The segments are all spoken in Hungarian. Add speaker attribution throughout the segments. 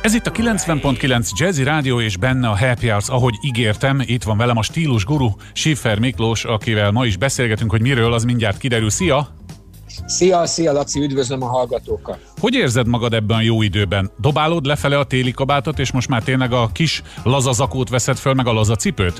Speaker 1: Ez itt a 90.9 Jazzy Rádió és benne a Happy Hours, ahogy ígértem, itt van velem a stílus guru Schiffer Miklós, akivel ma is beszélgetünk, hogy miről, az mindjárt kiderül. Szia!
Speaker 2: Szia Laci, üdvözlöm a hallgatókat!
Speaker 1: Hogy érzed magad ebben a jó időben? Dobálod lefele a téli kabátot, és most már tényleg a kis laza zakót veszed föl, meg a laza cipőt?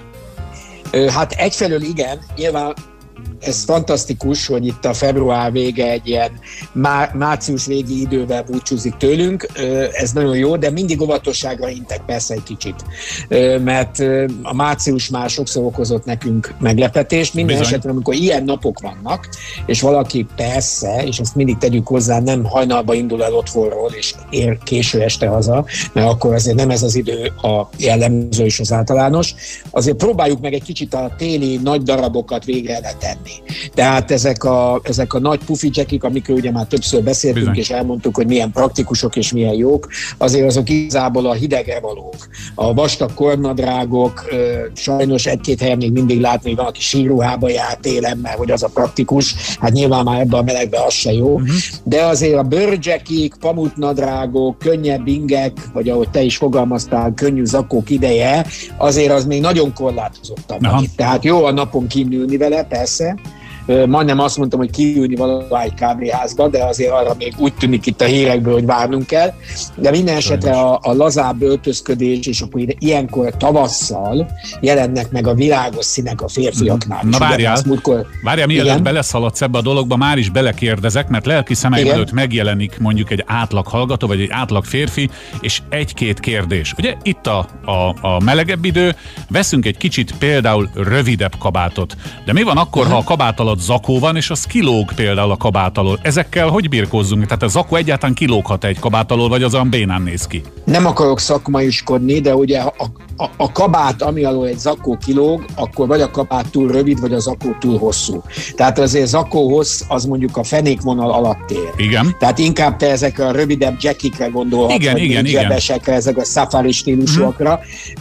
Speaker 2: Hát egyfelől igen, nyilván ez fantasztikus, hogy itt a február vége egy ilyen március végi idővel búcsúzik tőlünk, ez nagyon jó, de mindig óvatosságra intek persze egy kicsit, mert a március már sokszor okozott nekünk meglepetést, minden esetre, amikor ilyen napok vannak, és valaki persze, és ezt mindig tegyük hozzá, nem hajnalba indul el otthonról, és ér késő este haza, mert akkor azért nem ez az idő a jellemző és az általános, azért próbáljuk meg egy kicsit a téli nagy darabokat végre letenni. Tehát ezek a nagy pufi jackik, amikről ugye már többször beszéltünk, bizony, és elmondtuk, hogy milyen praktikusok és milyen jók, azért azok igazából a hidegre valók. A vastag kornadrágok, sajnos egy-két helyen még mindig látni, hogy valaki sírruhába jár télen, mert hogy az a praktikus, hát nyilván már ebben a melegben az se jó, de azért a bőrjackik, pamutnadrágok, könnyebb ingek, vagy ahogy te is fogalmaztál, könnyű zakók ideje, azért az még nagyon korlátozottan. Tehát jó a napon kinülni vele, persze. Majdnem azt mondtam, hogy kiülni valahogy egy kávéházba, de azért arra még úgy tűnik itt a hírekből, hogy várnunk kell. De minden esetre a lazább öltözködés, és akkor ilyenkor tavasszal jelennek meg a világos színek a férfiaknál.
Speaker 1: Na várjál, mielőtt beleszaladsz ebbe a dologba, már is belekérdezek, mert lelki szemeim előtt megjelenik mondjuk egy átlag hallgató, vagy egy átlag férfi, és egy-két kérdés. Ugye itt a melegebb idő, veszünk egy kicsit például rövidebb kabátot. De mi van akkor, ha a kabát alatt zakó van, és az kilóg például a kabát alól? Ezekkel hogy birkózzunk? Tehát a zakó egyáltalán kilóghat egy kabát alól, vagy az olyan bénán néz ki? Nem
Speaker 2: akarok szakmaiskodni, de ugye a kabát, ami alól egy zakó kilóg, akkor vagy a kabát túl rövid, vagy a zakó túl hosszú. Tehát azért zakó hossz, az mondjuk a fenékvonal alatt ér.
Speaker 1: Igen.
Speaker 2: Tehát inkább te ezekre a rövidebb jackikre gondolhatsz,
Speaker 1: igen.
Speaker 2: zsebesekre, ezek a safari stílusúakra.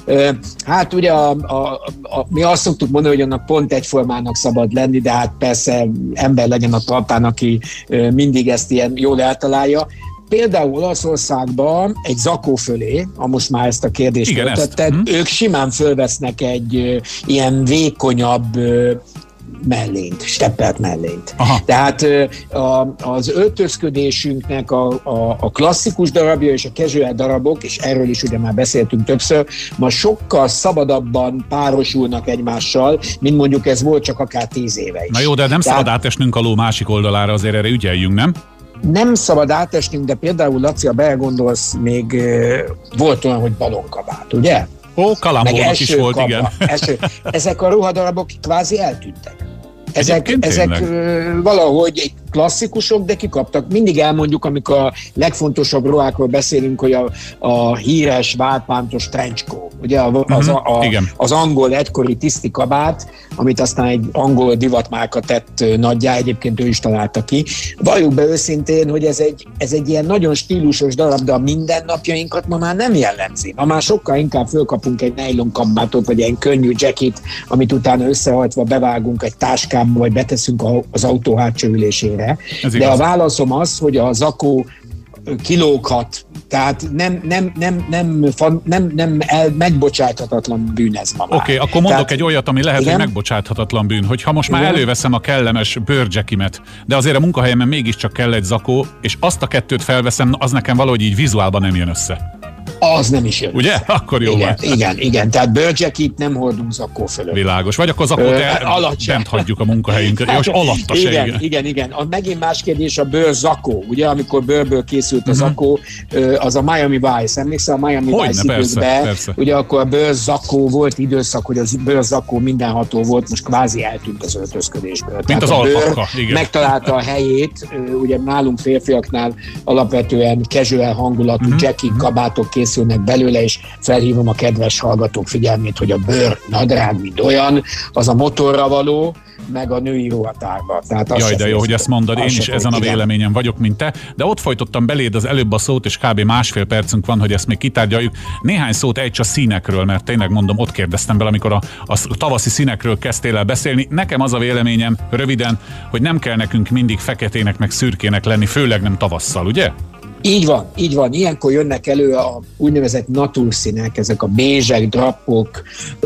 Speaker 2: Hát ugye mi azt szoktuk mondani, hogy annak pont egyformának szabad lenni, de hát persze ember legyen a talpán, aki mindig ezt ilyen jól eltalálja. Például Olaszországban egy zakó fölé, most már ezt a kérdést föltetted, ők simán fölvesznek egy ilyen vékonyabb mellényt, steppelt mellényt. Aha. Tehát az öltözködésünknek a klasszikus darabja és a casual darabok, és erről is ugye már beszéltünk többször, ma sokkal szabadabban párosulnak egymással, mint mondjuk ez volt csak akár 10 éve is.
Speaker 1: Na jó, de nem szabad átesnünk a ló másik oldalára, azért erre ügyeljünk, nem?
Speaker 2: Nem szabad átesnünk, de például, Laci, ha belegondolsz, még volt olyan, hogy balonkabát, ugye?
Speaker 1: Ó, Kalambónak is volt, igen.
Speaker 2: Ezek a ruhadarabok kvázi eltűntek. Ezek valahogy klasszikusok, de kikaptak. Mindig elmondjuk, amikor a legfontosabb ruhákról beszélünk, hogy a híres váltpántos trenchcoat, ugye az angol egykori tiszti kabát, amit aztán egy angol divatmárka tett nagyjá, egyébként ő is találta ki. Valljuk be őszintén, hogy ez egy ilyen nagyon stílusos darab, de a mindennapjainkat ma már nem jellemzi. Ma már sokkal inkább fölkapunk egy nylon kabátot, vagy egy könnyű jacket, amit utána összehajtva bevágunk egy táskába, vagy beteszünk az autó hátsó ülésére. De a válaszom az, hogy a zakó kilóghat, tehát nem megbocsáthatatlan bűn ez ma már.
Speaker 1: Oké, akkor mondok egy olyat, ami lehet, hogy megbocsáthatatlan bűn, hogy ha most már előveszem a kellemes bőrjackimet, de azért a munkahelyemen mégiscsak kell egy zakó, és azt a kettőt felveszem, az nekem valahogy így vizuálban nem jön össze.
Speaker 2: Az nem is jön.
Speaker 1: Ugye? Akkor jó van.
Speaker 2: Igen. Tehát bőrjackit nem hordunk zakó fölött.
Speaker 1: Világos. Vagy akkor zakót bent hagyjuk a munkahelyünkre. És alatta se.
Speaker 2: Igen. Megint más kérdés a bőrzakó. Ugye, amikor bőrből készült a zakó, az a Miami Vice. Emlékszel a Miami Vice időkben? Ugye akkor a bőrzakó volt időszak, hogy az bőrzakó mindenható volt, most kvázi eltűnt az öltözködésből.
Speaker 1: Mint az alpaka.
Speaker 2: Megtalálta a helyét. Ugye nálunk férfiaknál alapvetően casual hangulatú jackik, kabátok készülnek belőle, és felhívom a kedves hallgatók figyelmét, hogy a bőr nadrág, mint olyan, az a motorra való, meg a női ruhatárba.
Speaker 1: Jaj, de jó, hogy ezt mondod, én is ezen a véleményen vagyok, mint te, de ott folytottam beléd az előbb a szót, és kb. Másfél percünk van, hogy ezt még kitárgyaljuk. Néhány szót ejts a színekről, mert tényleg mondom, ott kérdeztem bele, amikor a tavaszi színekről kezdtél el beszélni. Nekem az a véleményem, röviden, hogy nem kell nekünk mindig feketének meg szürkének lenni, főleg nem tavasszal, ugye?
Speaker 2: Így van, így van. Ilyenkor jönnek elő a úgynevezett naturszínek, ezek a bézsek, drappok,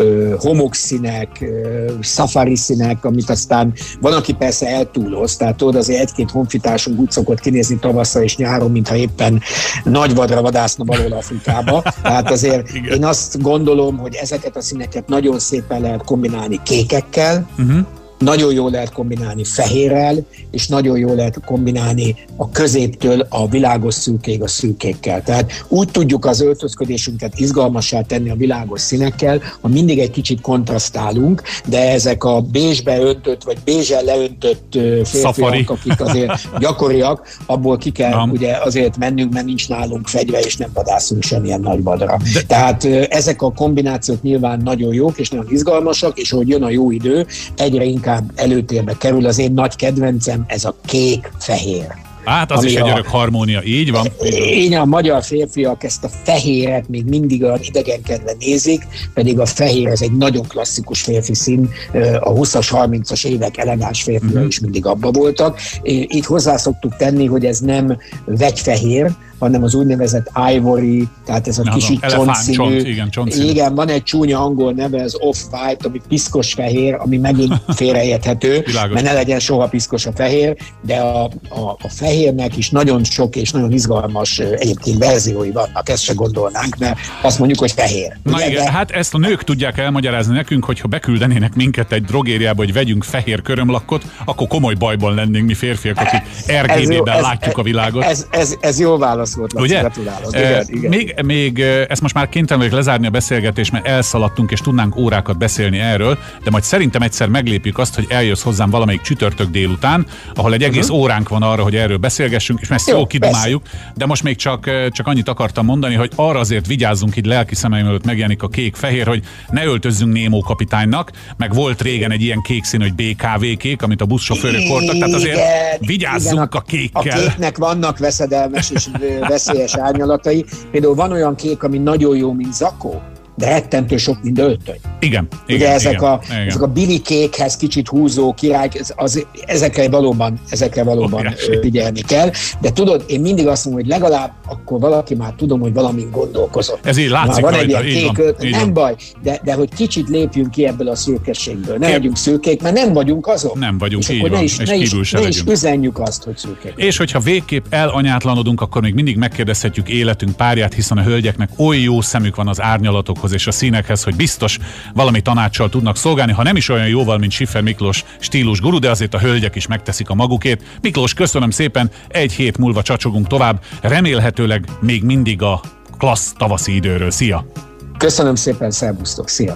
Speaker 2: homokszínek, szafari színek, amit aztán van, aki persze eltúloz, tehát tudod, azért egy-két honfitársunk úgy szokott kinézni tavasszal és nyáron, mintha éppen nagyvadra vadászna valahol Afrikába. Tehát azért én azt gondolom, hogy ezeket a színeket nagyon szépen lehet kombinálni kékekkel, nagyon jól lehet kombinálni fehérrel, és nagyon jól lehet kombinálni a középtől a világos szürkéig a szürkékkel. Tehát úgy tudjuk az öltözködésünket izgalmassá tenni a világos színekkel, ha mindig egy kicsit kontrasztálunk, de ezek a bézsbe öntött, vagy bézsel leöntött férfiak, akik azért gyakoriak, abból ki kell ugye azért mennünk, mert nincs nálunk fegyver, és nem vadászunk semmilyen nagy vadra. Tehát ezek a kombinációk nyilván nagyon jók, és nagyon izgalmasak, és ahogy jön a jó idő, egyre inkább előtérbe kerül. Az én nagy kedvencem, ez a kék-fehér.
Speaker 1: Hát az is egy örök harmónia, így van.
Speaker 2: Én a magyar férfiak ezt a fehéret még mindig olyan idegenkedve nézik, pedig a fehér ez egy nagyon klasszikus férfi szín, a 20-as, 30-as évek elegáns férfiak is mindig abba voltak. Itt hozzá szoktuk tenni, hogy ez nem vegyfehér, hanem az úgynevezett ivory, tehát ez a kicsit csontszínű. Igen, van egy csúnya angol neve, az off-white, ami piszkos fehér, ami megint félreérthető, mert ne legyen soha piszkos a fehér, de a fehérnek is nagyon sok és nagyon izgalmas egyébként verziói vannak, ezt se gondolnánk, mert azt mondjuk, hogy fehér.
Speaker 1: Na ugye, igen, hát ezt a nők tudják elmagyarázni nekünk, hogyha beküldenének minket egy drogériába, hogy vegyünk fehér körömlakkot, akkor komoly bajban lennénk mi férfiak, akik RGB-ben látjuk a világot.
Speaker 2: Ez jó válasz volt, Laci, gratulálok. Igen.
Speaker 1: Még ezt most már kénytelen vagyok lezárni a beszélgetést, mert elszaladtunk, és tudnánk órákat beszélni erről, de majd szerintem egyszer meglépjük azt, hogy eljössz hozzám valamelyik csütörtök délután, ahol egy egész óránk van arra, hogy erről beszélgessünk, és ezt jól kidumáljuk, de most még csak annyit akartam mondani, hogy arra azért vigyázzunk, itt lelki szemeim előtt megjelenik a kék-fehér, hogy ne öltözzünk Némó kapitánynak, meg volt régen egy ilyen kék szín, hogy BKV kék, amit a buszsofőrök hordtak, tehát azért vigyázzunk a kékkel.
Speaker 2: A kéknek vannak veszedelmes és veszélyes árnyalatai. Például van olyan kék, ami nagyon jó, mint zakó, de rettentő sok, mint öltöny.
Speaker 1: Igen.
Speaker 2: Ugye ezek a bilikékhez kicsit húzó király, ezekre valóban figyelni kell. De tudod, én mindig azt mondom, hogy legalább akkor valaki már tudom, hogy valamin gondolkozott.
Speaker 1: Ez így látszik
Speaker 2: van
Speaker 1: rajta,
Speaker 2: egy ilyen kék, nem baj, de hogy kicsit lépjünk ki ebből a szürkességből. Ne legyünk szürkék, mert nem vagyunk azok.
Speaker 1: Nem vagyunk,
Speaker 2: és így van, és kívül se legyünk. És üzenjük azt, hogy szürkék.
Speaker 1: És hogyha végképp elanyátlanodunk, akkor még mindig megkérdezhetjük életünk párját, hiszen a hölgyeknek oly jó szemük van az árnyalatokhoz és a színekhez, hogy biztos valami tanácssal tudnak szolgálni, ha nem is olyan jóval, mint Schiffer Miklós stílus guru, de azért a hölgyek is megteszik a magukét. Miklós, köszönöm szépen, egy hét múlva csacsogunk tovább, remélhetőleg még mindig a klassz tavaszi időről. Szia!
Speaker 2: Köszönöm szépen, szervusztok, szia!